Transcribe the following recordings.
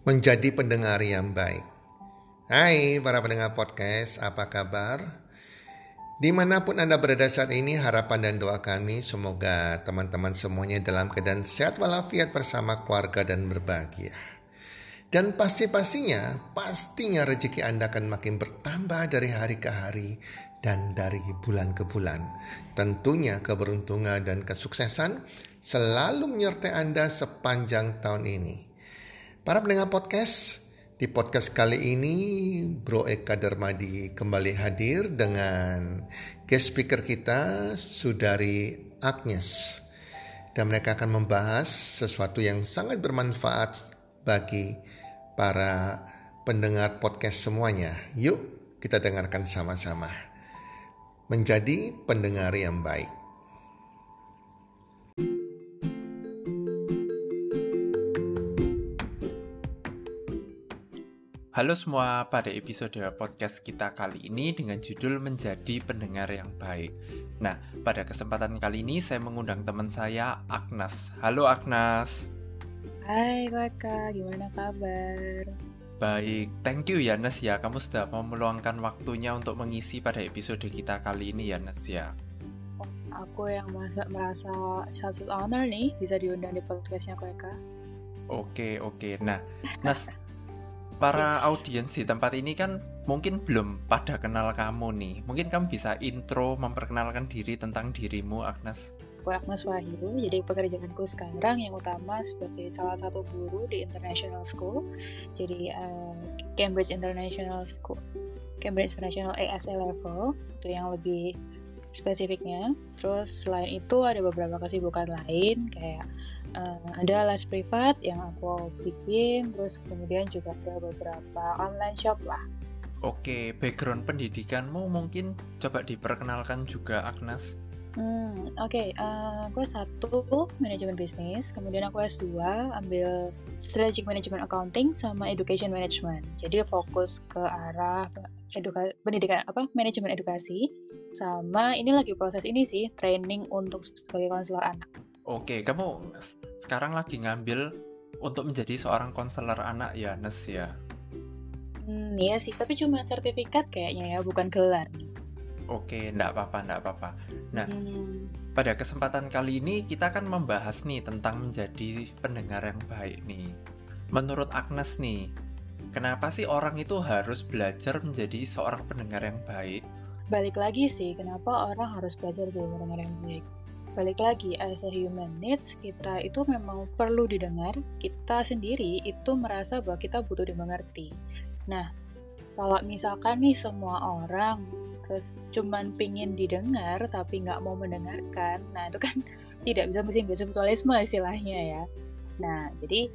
menjadi pendengar yang baik. Hai para pendengar podcast, apa kabar? Dimanapun Anda berada saat ini, harapan dan doa kami semoga teman-teman semuanya dalam keadaan sehat walafiat bersama keluarga dan berbahagia. Dan pastinya rezeki Anda akan makin bertambah dari hari ke hari dan dari bulan ke bulan. Tentunya keberuntungan dan kesuksesan selalu menyertai Anda sepanjang tahun ini. Para pendengar podcast, di podcast kali ini Bro Eka Darmadi kembali hadir dengan guest speaker kita, Saudari Agnes. Dan mereka akan membahas sesuatu yang sangat bermanfaat bagi para pendengar podcast semuanya. Yuk kita dengarkan sama-sama. Menjadi pendengar yang baik. Halo semua, pada episode podcast kita kali ini dengan judul Menjadi Pendengar yang Baik. Nah, pada kesempatan kali ini saya mengundang teman saya, Agnes. Halo Agnes. Hai Kakak, gimana kabar? Baik, thank you ya Nes ya, kamu sudah mau meluangkan waktunya untuk mengisi pada episode kita kali ini ya Nes ya. Aku yang merasa sangat honor nih bisa diundang di podcastnya Kakak. Oke. Nah, Nes, para audiens di tempat ini kan mungkin belum pada kenal kamu nih. Mungkin kamu bisa intro memperkenalkan diri tentang dirimu, Agnes. Aku Agnes Wahyu, jadi pekerjaanku sekarang yang utama sebagai salah satu guru di International School. Jadi Cambridge International School, Cambridge International ASA level, itu yang lebih spesifiknya. Terus selain itu ada beberapa kesibukan lain kayak ada les privat yang aku bikin, terus kemudian juga ada beberapa online shop lah. Oke, background pendidikanmu mungkin coba diperkenalkan juga Agnes. Oke, gue satu manajemen bisnis, kemudian aku S2 ambil strategic management accounting sama education management. Jadi fokus ke arah pendidikan manajemen edukasi, sama ini lagi proses ini sih training untuk sebagai konselor anak. Oke, kamu sekarang lagi ngambil untuk menjadi seorang konselor anak ya, Nes ya? Iya sih, tapi cuma sertifikat kayaknya ya, bukan gelar. Oke, enggak apa-apa. Nah, pada kesempatan kali ini kita akan membahas nih tentang menjadi pendengar yang baik nih. Menurut Agnes nih, kenapa sih orang itu harus belajar menjadi seorang pendengar yang baik? Balik lagi sih, kenapa orang harus belajar jadi pendengar yang baik? Balik lagi, as a human needs, kita itu memang perlu didengar. Kita sendiri itu merasa bahwa kita butuh dimengerti. Nah, kalau misalkan nih semua orang terus cuman pingin didengar tapi nggak mau mendengarkan, nah itu kan tidak bisa mutualisme istilahnya ya. Nah, jadi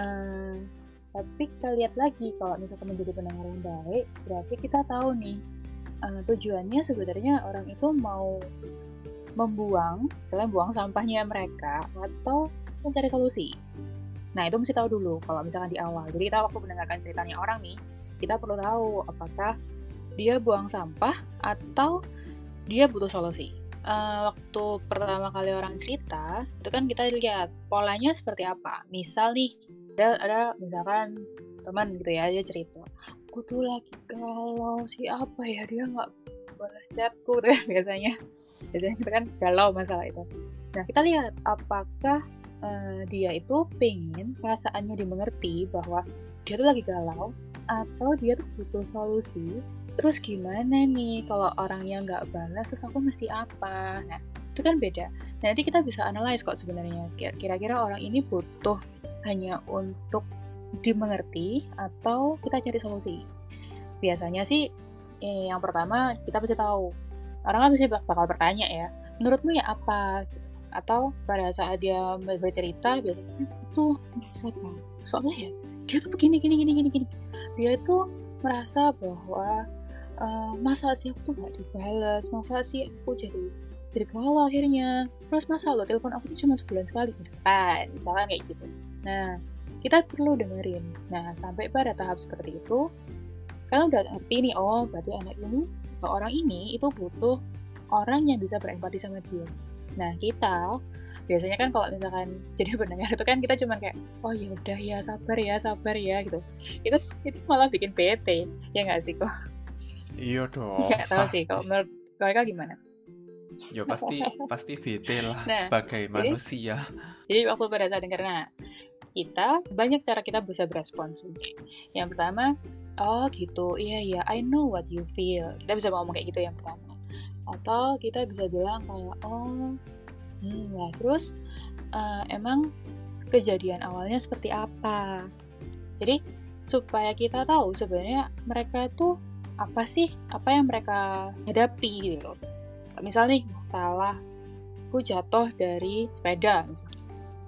tapi kita lihat lagi, kalau misalkan menjadi pendengar yang baik, berarti kita tahu nih tujuannya sebenarnya orang itu mau membuang, misalnya buang sampahnya mereka atau mencari solusi. Nah, itu mesti tahu dulu kalau misalkan di awal. Jadi kita waktu mendengarkan ceritanya orang nih, kita perlu tahu apakah dia buang sampah atau dia butuh solusi. Waktu pertama kali orang cerita, itu kan kita lihat polanya seperti apa. Misal nih, ada misalkan teman gitu ya, dia cerita, aku tuh lagi galau siapa ya, dia nggak balas chatku deh biasanya kita kan galau masalah itu. Nah, kita lihat apakah dia itu pengen perasaannya dimengerti bahwa dia tuh lagi galau atau dia tuh butuh solusi. Terus gimana nih kalau orangnya nggak balas, terus aku mesti apa? Nah, itu kan beda. Nah, nanti kita bisa analyze kok sebenarnya kira-kira orang ini butuh hanya untuk dimengerti atau kita cari solusi. Biasanya sih yang pertama kita pasti tahu, orang kan pasti bakal bertanya ya, menurutmu ya apa? Atau pada saat dia bercerita biasanya itu merasa kan, soalnya ya dia tuh begini. Dia itu merasa bahwa masa sih aku tuh gak dibalas, masa sih aku jadi galau akhirnya, terus masa lo telepon aku tuh cuma sebulan sekali misalkan kayak gitu. Nah, kita perlu dengerin. Nah, sampai pada tahap seperti itu kalian udah ngerti nih, oh berarti anak ini atau orang ini itu butuh orang yang bisa berempati sama dia. Nah, kita biasanya kan kalau misalkan jadi pendengar itu kan kita cuma kayak, oh ya udah ya sabar ya gitu. Itu malah bikin bete, ya nggak sih kok? Iya dong, Nggak tahu sih pasti. kalau menurut Kakak gimana? Ya pasti bete lah Nah, sebagai jadi manusia. waktu pada saat dengar, nah kita banyak cara kita bisa berespons. Yang pertama, oh gitu, iya I know what you feel. Kita bisa ngomong kayak gitu yang pertama. Atau kita bisa bilang kayak, oh ya terus emang kejadian awalnya seperti apa. Jadi supaya kita tahu sebenarnya mereka tuh apa sih, apa yang mereka hadapi gitu. Misal nih, salah, aku jatuh dari sepeda misalnya.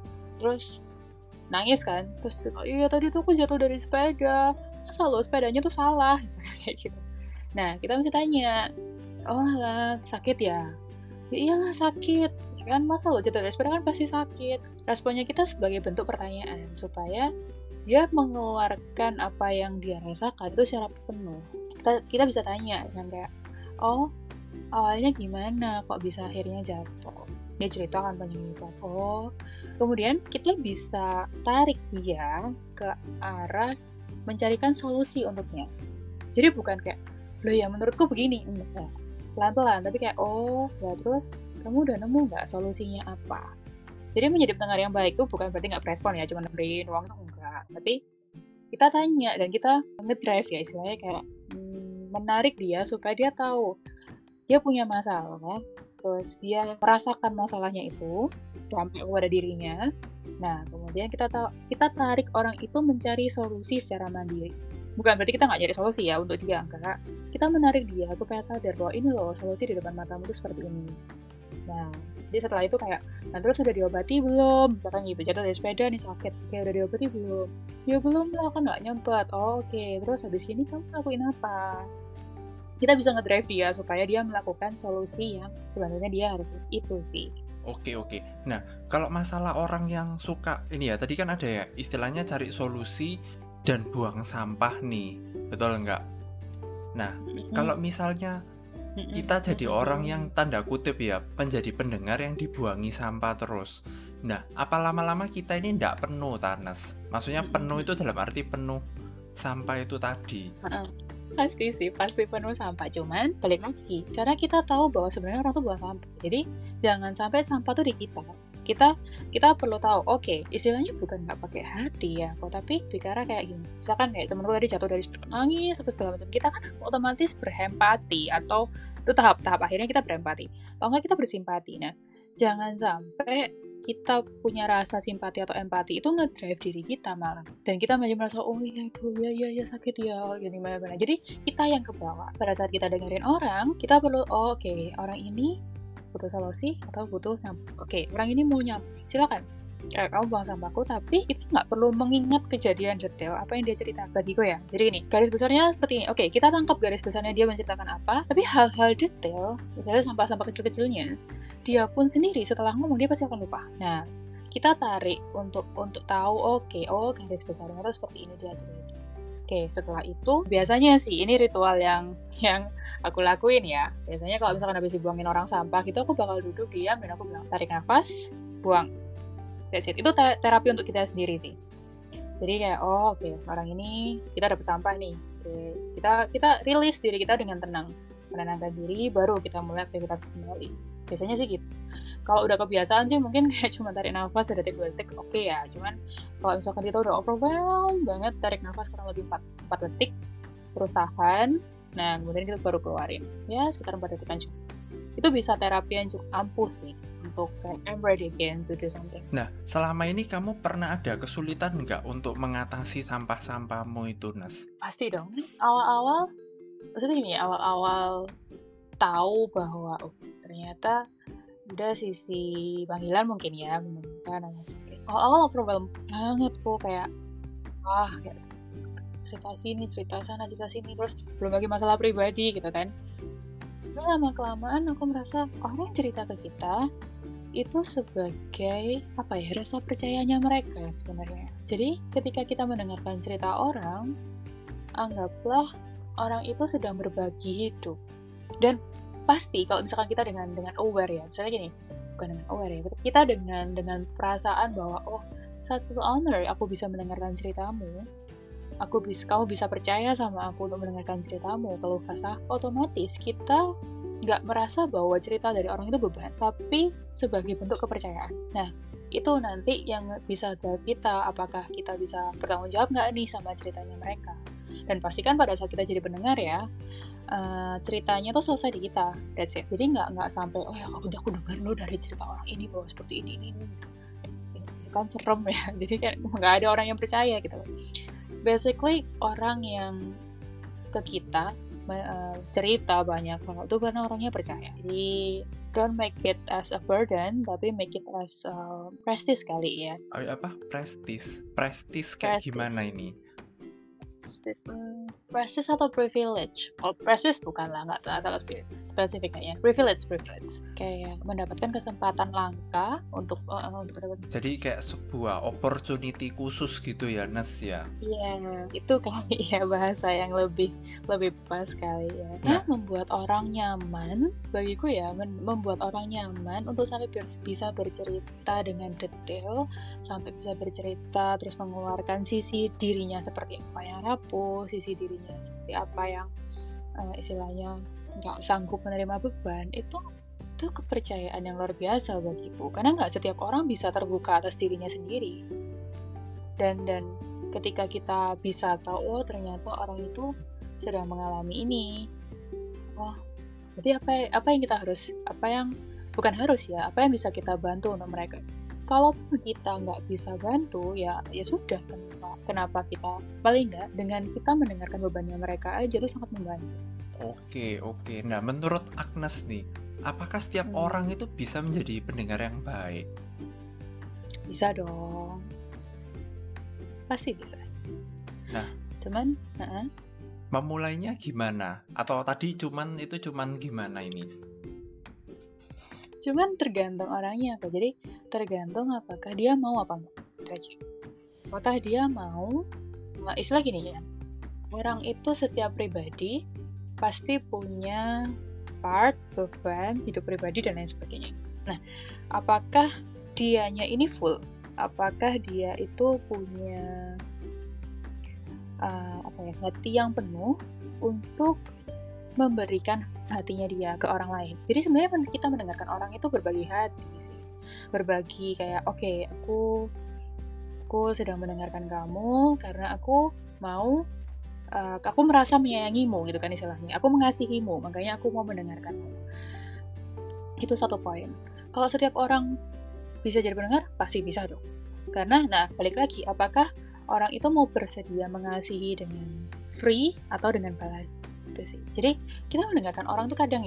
Terus nangis kan, terus iya tadi tuh aku jatuh dari sepeda, masa lo sepedanya tuh salah, misalnya kayak gitu. Nah, kita mesti tanya, oh lah sakit ya? Ya iyalah sakit, kan masa lo jatuh dari sepeda kan pasti sakit. Responnya kita sebagai bentuk pertanyaan, supaya dia mengeluarkan apa yang dia rasakan itu secara penuh. Kita bisa tanya dengan kayak, oh awalnya gimana kok bisa akhirnya jatuh? Dia cerita kan penyebab. Oh, kemudian kita bisa tarik dia ke arah mencarikan solusi untuknya. Jadi bukan kayak, loh ya menurutku begini, enggak. Pelan-pelan, tapi kayak, oh ya terus kamu udah nemu nggak solusinya apa? Jadi menjadi pendengar yang baik tuh bukan berarti nggak berespon ya, cuma nemenin uang tuh enggak. Tapi kita tanya dan kita ngedrive ya istilahnya kayak menarik dia supaya dia tahu dia punya masalah, terus dia merasakan masalahnya itu sampai kepada dirinya. Nah, kemudian kita tarik orang itu mencari solusi secara mandiri. Bukan berarti kita nggak nyari solusi ya untuk dia, enggak. Kita menarik dia supaya sadar bahwa ini loh solusi di depan matamu itu seperti ini. Nah, jadi setelah itu kayak, nah terus udah diobati belum? Misalkan gitu, jatuh dari sepeda nih sakit, kayak udah diobati belum? Ya belum lah, kan nggak nyempat. Oh, oke, terus habis ini kamu lakuin apa? Kita bisa ngedrive dia supaya dia melakukan solusi yang sebenarnya dia harus itu sih. Oke. Nah, kalau masalah orang yang suka ini ya, tadi kan ada ya istilahnya cari solusi dan buang sampah nih, betul nggak? Nah, kalau misalnya kita jadi orang yang tanda kutip ya, menjadi pendengar yang dibuangi sampah terus. Nah, apa lama-lama kita ini nggak penuh, Tarnes? Maksudnya penuh itu dalam arti penuh sampah itu tadi. Pasti sih, pasti penuh sampah. Cuman balik lagi, karena kita tahu bahwa sebenarnya orang tuh buang sampah. Jadi jangan sampai sampah tuh di kita. Kita perlu tahu, oke, istilahnya bukan nggak pakai hati ya, kok, tapi bicara kayak gini. Misalkan kayak temenku tadi jatuh dari sepeda nangis, apa segala macam. Kita kan otomatis berempati, atau itu tahap akhirnya kita berempati. Atau enggak kita bersimpati. Nah, jangan sampai kita punya rasa simpati atau empati itu ngedrive diri kita malah, dan kita malah merasa oh iya itu ya sakit ya, oh gini mana. Jadi kita yang kebawa. Pada saat kita dengerin orang, kita perlu oke, orang ini butuh solusi atau butuh sampah. Oke, orang ini mau nyampah, silakan kamu buang sampahku, tapi kita nggak perlu mengingat kejadian detail apa yang dia cerita bagiku ya. Jadi ini garis besarnya seperti ini. Oke, kita tangkap garis besarnya dia menceritakan apa, tapi hal-hal detail, misalnya sampah-sampah kecil-kecilnya, dia pun sendiri setelah ngomong dia pasti akan lupa. Nah, kita tarik untuk tahu garis besarnya itu seperti ini dia cerita. Oke, setelah itu biasanya sih ini ritual yang aku lakuin ya. Biasanya kalau misalkan habis dibuangin orang sampah gitu, aku bakal duduk diam dan aku bilang tarik nafas, buang. That's it. Itu terapi untuk kita sendiri sih. Jadi kayak oke, orang ini kita dapat sampah nih. Kita rilis diri kita dengan tenang, menenangkan diri, baru kita mulai aktivitas kembali. Biasanya sih gitu. Kalau udah kebiasaan sih mungkin kayak cuma tarik nafas sedetik 2 detik oke ya. Cuman kalau misalkan kita udah overwhelmed banget, tarik nafas kurang lebih 4 detik, terus tahan. Nah, kemudian kita baru keluarin. Ya, sekitar 4 detik aja. Itu bisa terapi yang cukup ampuh sih untuk kayak I'm ready again to do something. Nah, selama ini kamu pernah ada kesulitan nggak untuk mengatasi sampah-sampahmu itu, Nas? Pasti dong. Awal-awal, maksudnya gini, awal-awal tahu bahwa ternyata ada sisi panggilan mungkin ya, menemukan dan sebagainya. Awal-awal overwhelmed banget kok, kayak kayak cerita sini, cerita sana, cerita sini, terus belum lagi masalah pribadi gitu kan. Tapi lama-kelamaan aku merasa orang yang cerita ke kita itu sebagai rasa percayanya mereka sebenarnya. Jadi ketika kita mendengarkan cerita orang, anggaplah orang itu sedang berbagi hidup. Dan pasti kalau misalkan kita dengan aware ya, misalnya gini, bukan dengan aware ya, kita dengan perasaan bahwa such an honor aku bisa mendengarkan ceritamu, kamu bisa percaya sama aku untuk mendengarkan ceritamu, kalau kesah, otomatis kita nggak merasa bahwa cerita dari orang itu beban, tapi sebagai bentuk kepercayaan. Nah, itu nanti yang bisa jawab kita, apakah kita bisa bertanggung jawab nggak nih sama ceritanya mereka. Dan pastikan pada saat kita jadi pendengar ya, ceritanya tuh selesai di kita, that's it. Jadi nggak sampai, ya udah aku dengar lo dari cerita orang ini bahwa seperti ini. Itu kan serem ya, jadi kayak nggak ada orang yang percaya gitu. Basically, orang yang ke kita cerita banyak banget tuh karena orangnya percaya. Jadi don't make it as a burden, tapi make it as prestige kali ya. Apa? Prestige kayak gimana ini? Prestige atau privilege? Kalau prestige bukanlah, nggak terlalu spesifik kayaknya. Privilege, kayak mendapatkan kesempatan langka untuk Jadi kayak sebuah opportunity khusus gitu ya, Nes ya? Iya, itu kali ya bahasa yang lebih pas kali ya. Nah, membuat orang nyaman, bagiku ya, membuat orang nyaman untuk sampai bisa bercerita dengan detail, sampai bisa bercerita terus mengeluarkan sisi dirinya seperti apa yang rapuh, sisi dirinya seperti apa yang istilahnya nggak sanggup menerima beban, itu kepercayaan yang luar biasa bagiku, karena nggak setiap orang bisa terbuka atas dirinya sendiri. Dan ketika kita bisa tahu, ternyata orang itu sedang mengalami ini, jadi apa yang kita harus, apa yang bisa kita bantu untuk mereka. Kalaupun kita nggak bisa bantu, ya sudah, kenapa kita, paling nggak dengan kita mendengarkan bebannya mereka aja itu sangat membantu. Oke. Nah, menurut Agnes nih, apakah setiap orang itu bisa menjadi pendengar yang baik? Bisa dong, pasti bisa. Nah, cuman memulainya gimana? Atau tadi cuman gimana ini? Cuman tergantung orangnya, jadi tergantung apakah dia mau apa enggak. Apakah dia mau, istilah gini ya, orang itu setiap pribadi pasti punya part, beban, hidup pribadi dan lain sebagainya. Nah, apakah dianya ini full? Apakah dia itu punya hati yang penuh untuk memberikan hatinya dia ke orang lain. Jadi sebenarnya kita mendengarkan orang itu berbagi hati sih. Berbagi kayak, oke, aku sedang mendengarkan kamu karena aku merasa menyayangimu gitu kan istilahnya. Aku mengasihimu, makanya aku mau mendengarkanmu. Itu satu poin. Kalau setiap orang bisa jadi pendengar, pasti bisa dong. Karena, balik lagi, apakah orang itu mau bersedia mengasihi dengan free atau dengan balas? Itu sih. Jadi kita mendengarkan orang tuh kadang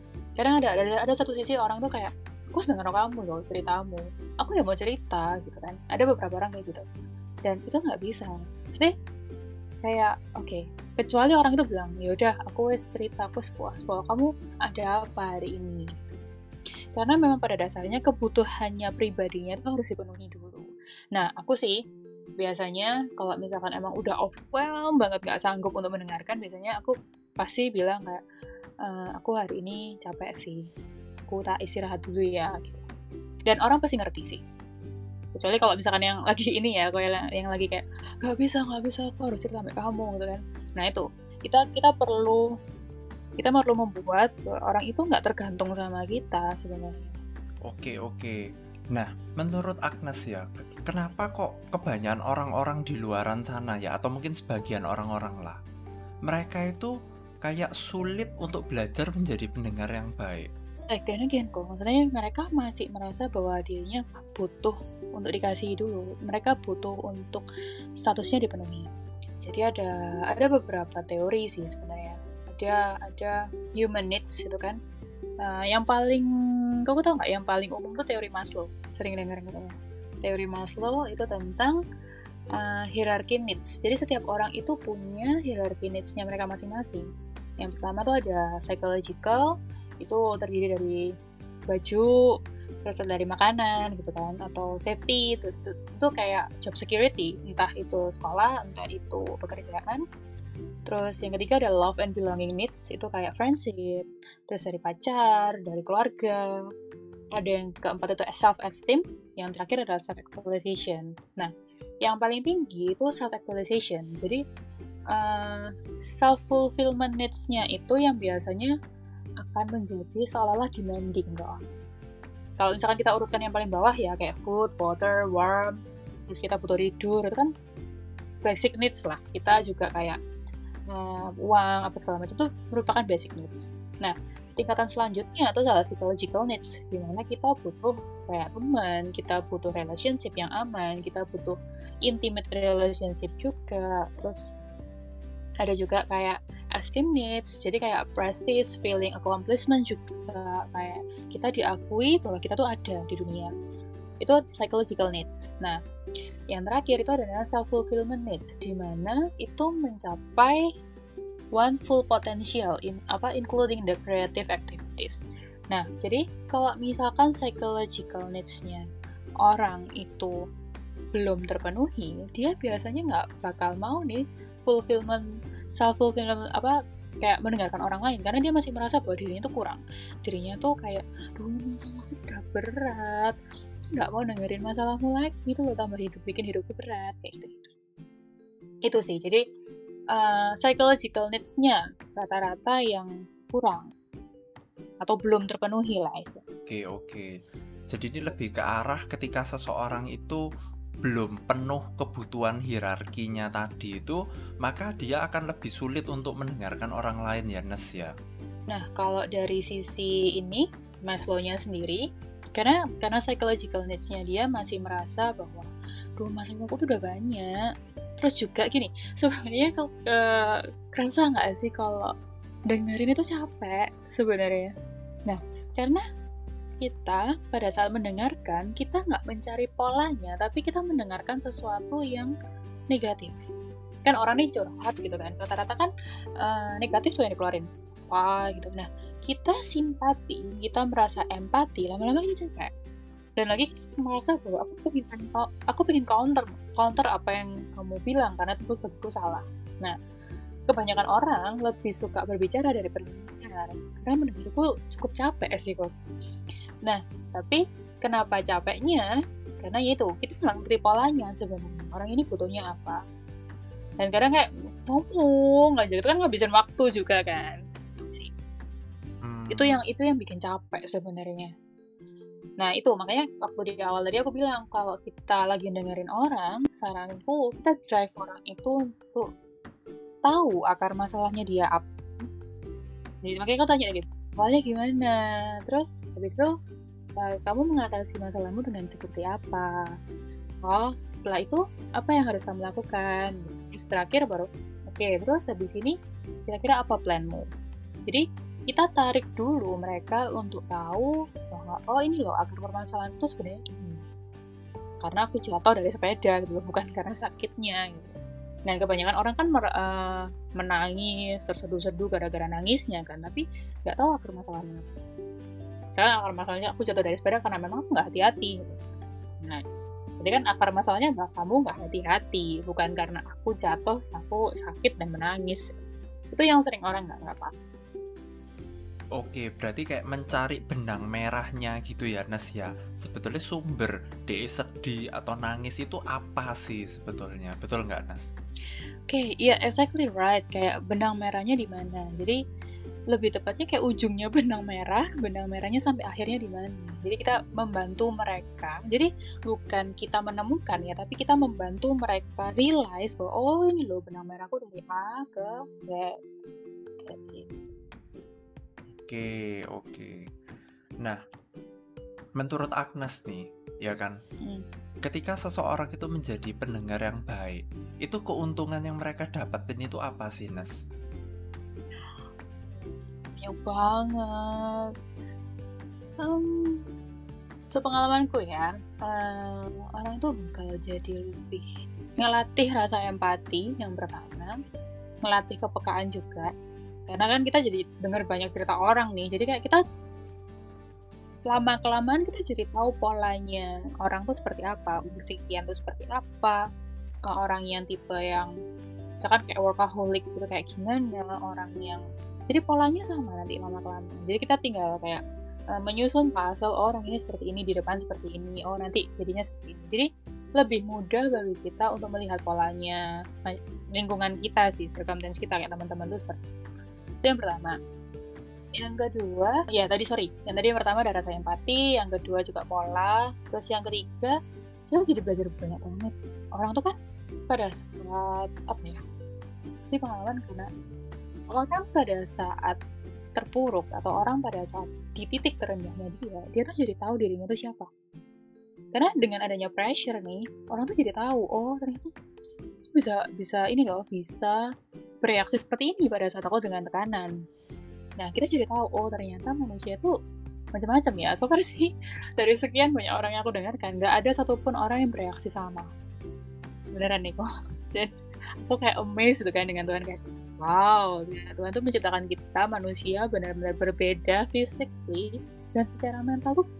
ada satu sisi orang tuh kayak, aku sedang kamu loh, ceritamu, aku ya mau cerita gitu kan. Ada beberapa orang kayak gitu, dan itu nggak bisa. Jadi kayak kecuali orang itu bilang, ya udah aku cerita, aku sepuas kamu ada apa hari ini. Karena memang pada dasarnya kebutuhannya pribadinya itu harus dipenuhi dulu. Nah, aku sih biasanya kalau misalkan emang udah overwhelmed banget gak sanggup untuk mendengarkan, biasanya aku pasti bilang kayak, aku hari ini capek sih, aku tak istirahat dulu ya gitu. Dan orang pasti ngerti sih, kecuali kalau misalkan yang lagi ini ya, yang lagi kayak gak bisa aku harus cerita sama kamu gitu kan. Nah itu kita perlu membuat orang itu nggak tergantung sama kita sebenarnya. Oke. Nah, menurut Agnes ya, kenapa kok kebanyakan orang-orang di luaran sana ya, atau mungkin sebagian orang-orang lah, mereka itu kayak sulit untuk belajar menjadi pendengar yang baik? Dan again kok, maksudnya mereka masih merasa bahwa dirinya butuh untuk dikasihi dulu. Mereka butuh untuk statusnya dipenuhi. Jadi ada beberapa teori sih sebenarnya. Ada human needs itu kan. Yang paling, kamu tahu nggak, yang paling umum tuh teori Maslow. Sering dengar katanya. Teori Maslow itu tentang hierarchy needs. Jadi setiap orang itu punya hierarchy needs-nya mereka masing-masing. Yang pertama tuh ada psychological, itu terdiri dari baju, terus dari makanan gitu kan, atau safety, terus itu kayak job security, entah itu sekolah, entah itu pekerjaan. Terus yang ketiga ada love and belonging needs, itu kayak friendship, terus dari pacar, dari keluarga. ada yang keempat itu self-esteem, yang terakhir adalah self-actualization. Nah, yang paling tinggi itu self-actualization. Jadi, self-fulfillment needs-nya itu yang biasanya akan menjadi seolah-olah demanding loh. Kalau misalkan kita urutkan yang paling bawah ya, kayak food, water, warmth, terus kita butuh tidur, itu kan basic needs lah. Kita juga kayak uang, apa segala macam itu merupakan basic needs. Nah, tingkatan selanjutnya itu adalah psychological needs, di mana kita butuh kayak teman, kita butuh relationship yang aman, kita butuh intimate relationship juga, terus ada juga kayak esteem needs, jadi kayak prestige, feeling accomplishment juga, kayak kita diakui bahwa kita tuh ada di dunia. Itu psychological needs. Nah, yang terakhir itu adalah self-fulfillment needs, di mana itu mencapai one full potential including the creative activities. Nah, jadi kalau misalkan psychological needs-nya orang itu belum terpenuhi, dia biasanya nggak bakal mau nih self-fulfillment kayak mendengarkan orang lain, karena dia masih merasa bahwa dirinya tuh kurang. Dirinya tuh kayak, masalahku udah berat, nggak mau dengerin masalahmu lagi, itu loh tambah bikin hidupku berat, kayak gitu. Itu sih, jadi psychological needs-nya rata-rata yang kurang atau belum terpenuhi lah. Oke. Jadi ini lebih ke arah ketika seseorang itu belum penuh kebutuhan hierarkinya tadi itu, maka dia akan lebih sulit untuk mendengarkan orang lain ya, Nes ya. Nah, kalau dari sisi ini Maslow-nya sendiri, karena psychological needs-nya dia masih merasa bahwa masalahku tuh udah banyak. Terus juga gini, sebenarnya kerasa nggak sih kalau dengerin itu capek sebenarnya. Nah, karena kita pada saat mendengarkan, kita nggak mencari polanya, tapi kita mendengarkan sesuatu yang negatif. Kan orang ini curhat gitu kan, rata-rata kan negatif tuh yang dikeluarin. Wah gitu. Nah, kita simpati, kita merasa empati, lama-lama kita capek. Dan lagi kita merasa bahwa aku pengen counter apa yang kamu bilang, karena itu bagiku salah. Nah, kebanyakan orang lebih suka berbicara daripada mendengar, karena mendengar itu cukup capek sih kok. Nah, tapi kenapa capeknya? Karena yaitu kita nggak ngerti polanya sebenarnya, orang ini butuhnya apa. Dan kadang kayak ngomong aja, itu kan ngabisin waktu juga kan. Itu yang bikin capek sebenarnya. Nah, itu makanya waktu di awal tadi aku bilang kalau kita lagi dengerin orang, saranku kita drive orang itu untuk tahu akar masalahnya dia apa. Jadi makanya aku tanya gitu, awalnya gimana? Terus habis itu kamu mengatasi masalahmu dengan seperti apa? Oh, setelah itu apa yang harus kamu lakukan? Terus terakhir baru oke, terus habis ini kira-kira apa planmu? Jadi kita tarik dulu mereka untuk tahu bahwa ini loh akar permasalahan itu sebenarnya ini. Karena aku jatuh dari sepeda gitu, bukan karena sakitnya gitu. Nah, kebanyakan orang kan menangis, terseduh-seduh gara-gara nangisnya kan, tapi nggak tahu akar masalahnya. Misalnya akar masalahnya aku jatuh dari sepeda karena memang aku nggak hati-hati gitu. Nah, jadi kan akar masalahnya adalah kamu nggak hati-hati, bukan karena aku jatuh, aku sakit dan menangis. Itu yang sering orang nggak paham. Oke, berarti kayak mencari benang merahnya gitu ya, Nes ya. Sebetulnya sumber dia sedih atau nangis itu apa sih sebetulnya? Betul nggak, Nes? Oke, iya, exactly right. Kayak benang merahnya di mana. Jadi lebih tepatnya kayak ujungnya benang merahnya sampai akhirnya di mana. Jadi kita membantu mereka. Jadi bukan kita menemukan ya, tapi kita membantu mereka realize bahwa ini loh benang merahku dari A ke Z. Oke. Nah, menurut Agnes nih, ya kan, ketika seseorang itu menjadi pendengar yang baik, itu keuntungan yang mereka dapatin itu apa sih, Nes? Banyak banget. Sepengalamanku ya, orang itu bakal jadi lebih ngelatih rasa empati yang pertama, ngelatih kepekaan juga. Karena kan kita jadi dengar banyak cerita orang nih, jadi kayak kita lama-kelamaan kita jadi tahu polanya orang tuh seperti apa, umur sekian tuh seperti apa, orang yang tipe yang misalkan kayak workaholic gitu kayak gimana, orang yang jadi polanya sama nanti lama-kelamaan. Jadi kita tinggal kayak menyusun puzzle, orang ini seperti ini, di depan seperti ini, oh nanti jadinya seperti ini. Jadi lebih mudah bagi kita untuk melihat polanya, lingkungan kita sih, circumstance kita kayak teman-teman itu seperti itu yang pertama. Yang kedua, yang tadi yang pertama ada rasa empati, yang kedua juga pola, terus yang ketiga kita jadi belajar banyak banget sih. Orang tuh kan pada saat sih pengalaman, karena orang pada saat terpuruk atau orang pada saat di titik terendahnya dia tuh jadi tahu dirinya tuh siapa. Karena dengan adanya pressure nih, orang tuh jadi tahu, oh ternyata bisa bereaksi seperti ini pada saat aku dengan tekanan. Nah, kita jadi tahu, oh ternyata manusia itu macam-macam ya. So far sih, dari sekian banyak orang yang aku dengarkan, nggak ada satupun orang yang bereaksi sama. Beneran nih kok. Dan aku kayak amazed gitu kan dengan Tuhan, kayak wow, ya, Tuhan tuh menciptakan kita manusia benar-benar berbeda physically, dan secara mental tuh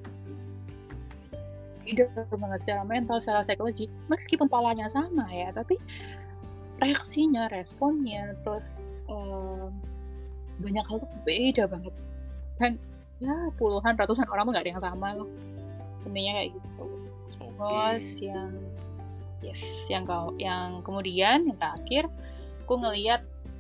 beda banget, secara mental, secara psikologi. Meskipun polanya sama ya, tapi reaksinya, responnya, terus banyak hal tuh beda banget. Dan ya puluhan, ratusan orang tuh gak ada yang sama loh. Intinya kayak gitu. Terus yang kemudian yang terakhir, aku ngelihat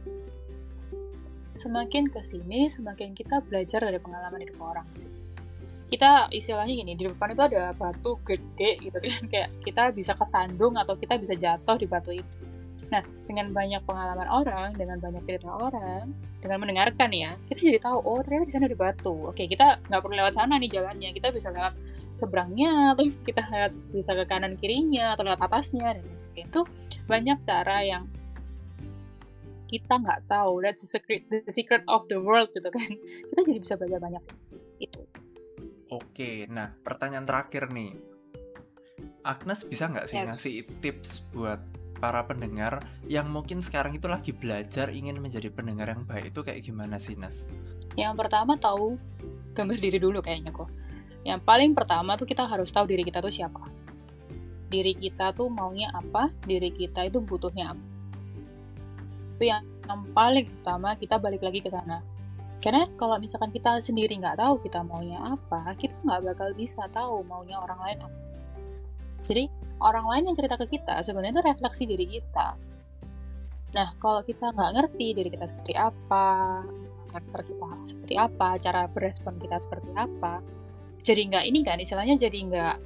semakin kesini semakin kita belajar dari pengalaman hidup orang sih. Kita istilahnya gini, di depan itu ada batu gede gitu kan, kayak kita bisa kesandung atau kita bisa jatuh di batu itu. Nah, dengan banyak pengalaman orang, dengan banyak cerita orang, dengan mendengarkan ya, kita jadi tahu, oh ternyata di sana ada batu. Oke, kita nggak perlu lewat sana nih jalannya, kita bisa lewat seberangnya, atau kita bisa ke kanan kirinya, atau lewat atasnya, dan sebagainya. Itu banyak cara yang kita nggak tahu. That's the secret of the world gitu kan. Kita jadi bisa belajar banyak sih. Itu. Oke, nah pertanyaan terakhir nih. Agnes bisa nggak sih ngasih tips buat para pendengar yang mungkin sekarang itu lagi belajar ingin menjadi pendengar yang baik, itu kayak gimana sih, Nes? Yang pertama, tahu gambar diri dulu kayaknya kok. Yang paling pertama tuh kita harus tahu diri kita tuh siapa. Diri kita tuh maunya apa, diri kita itu butuhnya apa. Itu yang paling utama, kita balik lagi ke sana. Karena kalau misalkan kita sendiri nggak tahu kita maunya apa, kita nggak bakal bisa tahu maunya orang lain apa. Jadi orang lain yang cerita ke kita sebenarnya itu refleksi diri kita. Nah, kalau kita nggak ngerti diri kita seperti apa, karakter kita seperti apa, cara berespon kita seperti apa, jadi nggak ini kan, istilahnya jadi nggak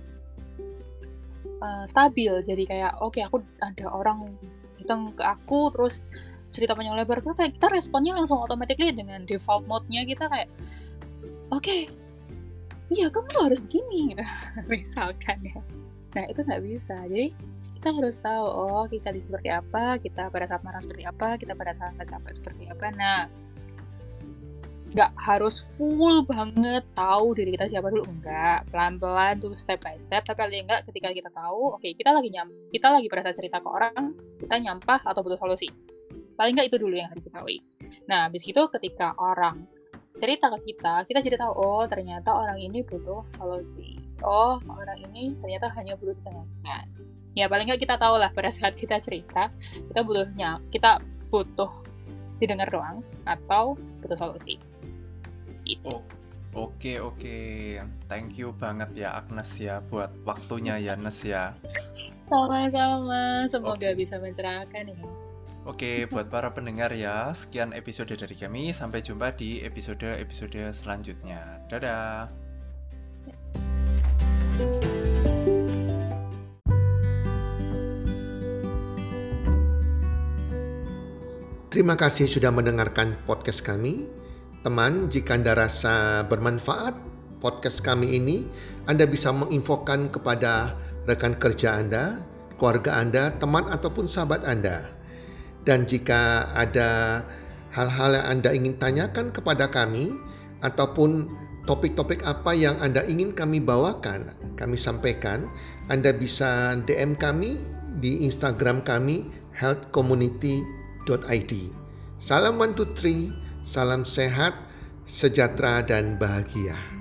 stabil. Jadi kayak oke, aku ada orang datang ke aku terus cerita panjang lebar, tuh kayak kita responnya langsung automatically dengan default mode-nya kita kayak oke, iya kamu tuh harus begini gitu misalkan ya. Nah, itu nggak bisa. Jadi kita harus tahu, oh kita seperti apa, kita pada saat marah seperti apa, kita pada saat capek seperti apa. Nah, nggak harus full banget tahu diri kita siapa dulu, enggak. Pelan-pelan tuh, step by step. Tapi paling enggak ketika kita tahu, oke, kita lagi pada saat cerita ke orang, kita nyampah atau butuh solusi. Paling enggak itu dulu yang harus diketahui. Nah, habis itu ketika orang cerita ke kita jadi tahu, oh ternyata orang ini butuh solusi. Oh, orang ini ternyata hanya butuh didengarkan. Ya paling nggak kita tahu lah pada saat kita cerita, kita butuh didengar doang atau butuh solusi. Itu. Oke. Thank you banget ya Agnes ya buat waktunya ya, Nes ya. Sama-sama. Semoga bisa mencerahkan ya. Oke, buat para pendengar ya, sekian episode dari kami. Sampai jumpa di episode selanjutnya. Dadah. Terima kasih sudah mendengarkan podcast kami. Teman, jika Anda rasa bermanfaat podcast kami ini, Anda bisa menginfokan kepada rekan kerja Anda, keluarga Anda, teman ataupun sahabat Anda. Dan jika ada hal-hal yang Anda ingin tanyakan kepada kami, ataupun topik-topik apa yang Anda ingin kami bawakan, kami sampaikan, Anda bisa DM kami di Instagram kami, healthcommunity.id. Salam 1, 2, 3, salam sehat, sejahtera dan bahagia.